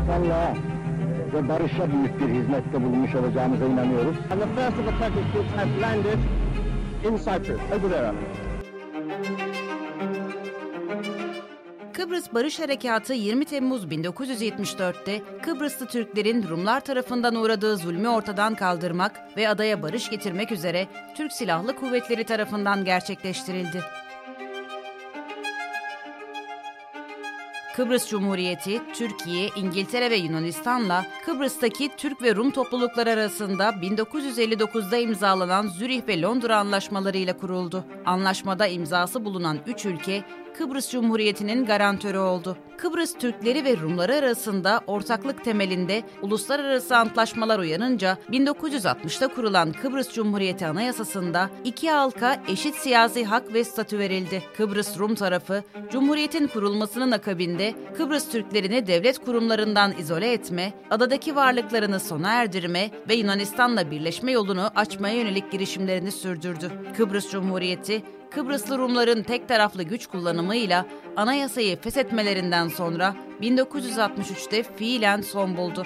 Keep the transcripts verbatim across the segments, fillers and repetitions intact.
Yunanistan'la ve barışa büyük bir hizmette bulunmuş olacağımıza inanıyoruz. And the first of the Turkish troops has landed in Cyprus. Over there. Kıbrıs Barış Harekatı yirmi Temmuz bin dokuz yüz yetmiş dört'te Kıbrıslı Türklerin Rumlar tarafından uğradığı zulmü ortadan kaldırmak ve adaya barış getirmek üzere Türk Silahlı Kuvvetleri tarafından gerçekleştirildi. Kıbrıs Cumhuriyeti, Türkiye, İngiltere ve Yunanistan'la Kıbrıs'taki Türk ve Rum toplulukları arasında bin dokuz yüz elli dokuz'da imzalanan Zürih ve Londra anlaşmalarıyla kuruldu. Anlaşmada imzası bulunan üç ülke, Kıbrıs Cumhuriyeti'nin garantörü oldu. Kıbrıs Türkleri ve Rumları arasında ortaklık temelinde uluslararası antlaşmalar uyanınca bin dokuz yüz altmış'ta kurulan Kıbrıs Cumhuriyeti Anayasası'nda iki halka eşit siyasi hak ve statü verildi. Kıbrıs Rum tarafı, Cumhuriyet'in kurulmasının akabinde Kıbrıs Türklerini devlet kurumlarından izole etme, adadaki varlıklarını sona erdirme ve Yunanistan'la birleşme yolunu açmaya yönelik girişimlerini sürdürdü. Kıbrıs Cumhuriyeti, Kıbrıslı Rumların tek taraflı güç kullanımıyla anayasayı feshetmelerinden sonra bin dokuz yüz altmış üç'te fiilen son buldu.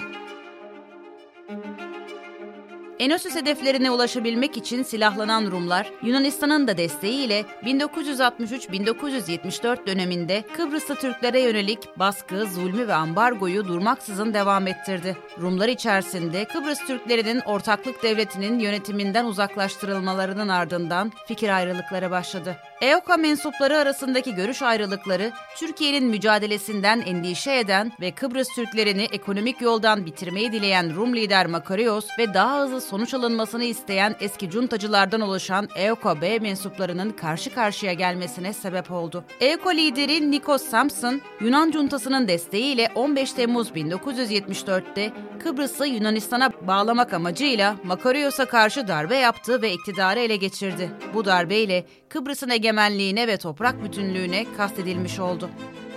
Enosüs hedeflerine ulaşabilmek için silahlanan Rumlar, Yunanistan'ın da desteğiyle bin dokuz yüz altmış üç bin dokuz yüz yetmiş dört döneminde Kıbrıslı Türklere yönelik baskı, zulmü ve ambargoyu durmaksızın devam ettirdi. Rumlar içerisinde Kıbrıs Türklerinin ortaklık devletinin yönetiminden uzaklaştırılmalarının ardından fikir ayrılıkları başladı. E O K A mensupları arasındaki görüş ayrılıkları, Türkiye'nin mücadelesinden endişe eden ve Kıbrıs Türklerini ekonomik yoldan bitirmeyi dileyen Rum lider Makarios ve daha hızlı sonuç alınmasını isteyen eski cuntacılardan oluşan E O K A B mensuplarının karşı karşıya gelmesine sebep oldu. E O K A lideri Nikos Samson, Yunan cuntasının desteğiyle on beş Temmuz bin dokuz yüz yetmiş dört'te Kıbrıs'ı Yunanistan'a bağlamak amacıyla Makarios'a karşı darbe yaptı ve iktidarı ele geçirdi. Bu darbeyle Kıbrıs'ın egemenliğine ve toprak bütünlüğüne kastedilmiş oldu.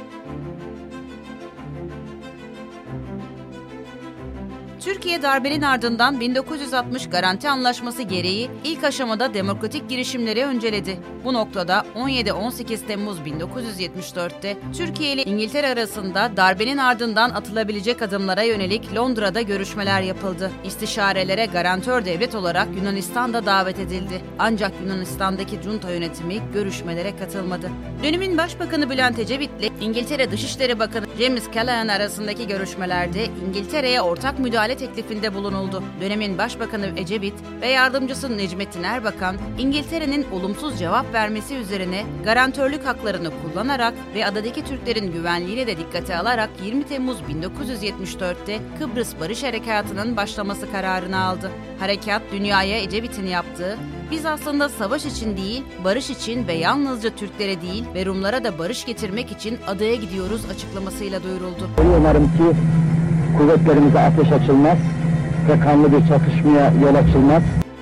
Türkiye darbenin ardından bin dokuz yüz altmış Garanti Anlaşması gereği ilk aşamada demokratik girişimleri önceledi. Bu noktada on yedi on sekiz Temmuz bin dokuz yüz yetmiş dört'te Türkiye ile İngiltere arasında darbenin ardından atılabilecek adımlara yönelik Londra'da görüşmeler yapıldı. İstişarelere garantör devlet olarak Yunanistan da davet edildi. Ancak Yunanistan'daki junta yönetimi görüşmelere katılmadı. Dönemin Başbakanı Bülent Ecevit ile İngiltere Dışişleri Bakanı James Callaghan arasındaki görüşmelerde İngiltere'ye ortak müdahale teklifinde bulunuldu. Dönemin Başbakanı Ecevit ve yardımcısı Necmettin Erbakan, İngiltere'nin olumsuz cevap vermesi üzerine garantörlük haklarını kullanarak ve adadaki Türklerin güvenliğini de dikkate alarak yirmi Temmuz bin dokuz yüz yetmiş dört'te Kıbrıs Barış Harekatı'nın başlaması kararını aldı. Harekat, dünyaya Ecevit'in yaptığı, "Biz aslında savaş için değil, barış için ve yalnızca Türklere değil ve Rumlara da barış getirmek için adaya gidiyoruz" açıklamasıyla duyuruldu. Umarım ki kuvvetlerimize ateş açılmaz ve kanlı bir çatışmaya yol açılmaz.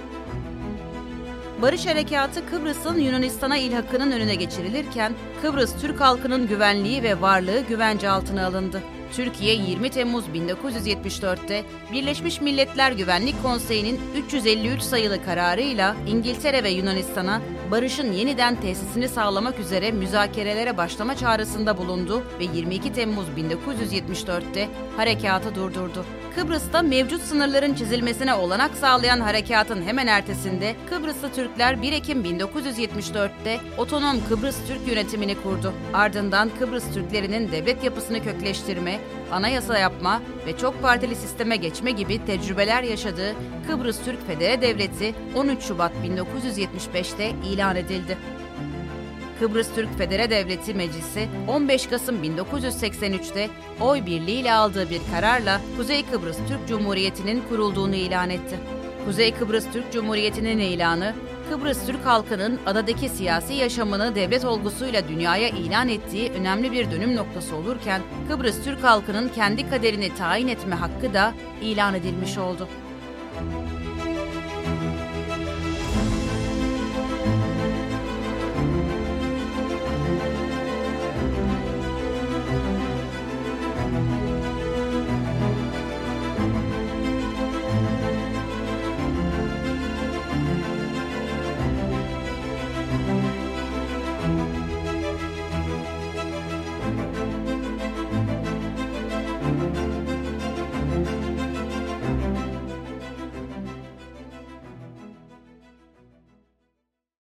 Barış Harekatı Kıbrıs'ın Yunanistan'a ilhakının önüne geçirilirken Kıbrıs Türk halkının güvenliği ve varlığı güvence altına alındı. Türkiye yirmi Temmuz bin dokuz yüz yetmiş dört'te Birleşmiş Milletler Güvenlik Konseyi'nin üç yüz elli üç sayılı kararıyla İngiltere ve Yunanistan'a barışın yeniden tesisini sağlamak üzere müzakerelere başlama çağrısında bulundu ve yirmi iki Temmuz bin dokuz yüz yetmiş dört'te harekatı durdurdu. Kıbrıs'ta mevcut sınırların çizilmesine olanak sağlayan harekatın hemen ertesinde Kıbrıslı Türkler bir Ekim bin dokuz yüz yetmiş dört'te Otonom Kıbrıs Türk Yönetimini kurdu. Ardından Kıbrıs Türklerinin devlet yapısını kökleştirme, anayasa yapma ve çok partili sisteme geçme gibi tecrübeler yaşadığı Kıbrıs Türk Federe Devleti on üç Şubat bin dokuz yüz yetmiş beş'te ilan edildi. Kıbrıs Türk Federe Devleti Meclisi on beş Kasım bin dokuz yüz seksen üç'te oy birliğiyle aldığı bir kararla Kuzey Kıbrıs Türk Cumhuriyeti'nin kurulduğunu ilan etti. Kuzey Kıbrıs Türk Cumhuriyeti'nin ilanı, Kıbrıs Türk halkının adadaki siyasi yaşamını devlet olgusuyla dünyaya ilan ettiği önemli bir dönüm noktası olurken, Kıbrıs Türk halkının kendi kaderini tayin etme hakkı da ilan edilmiş oldu.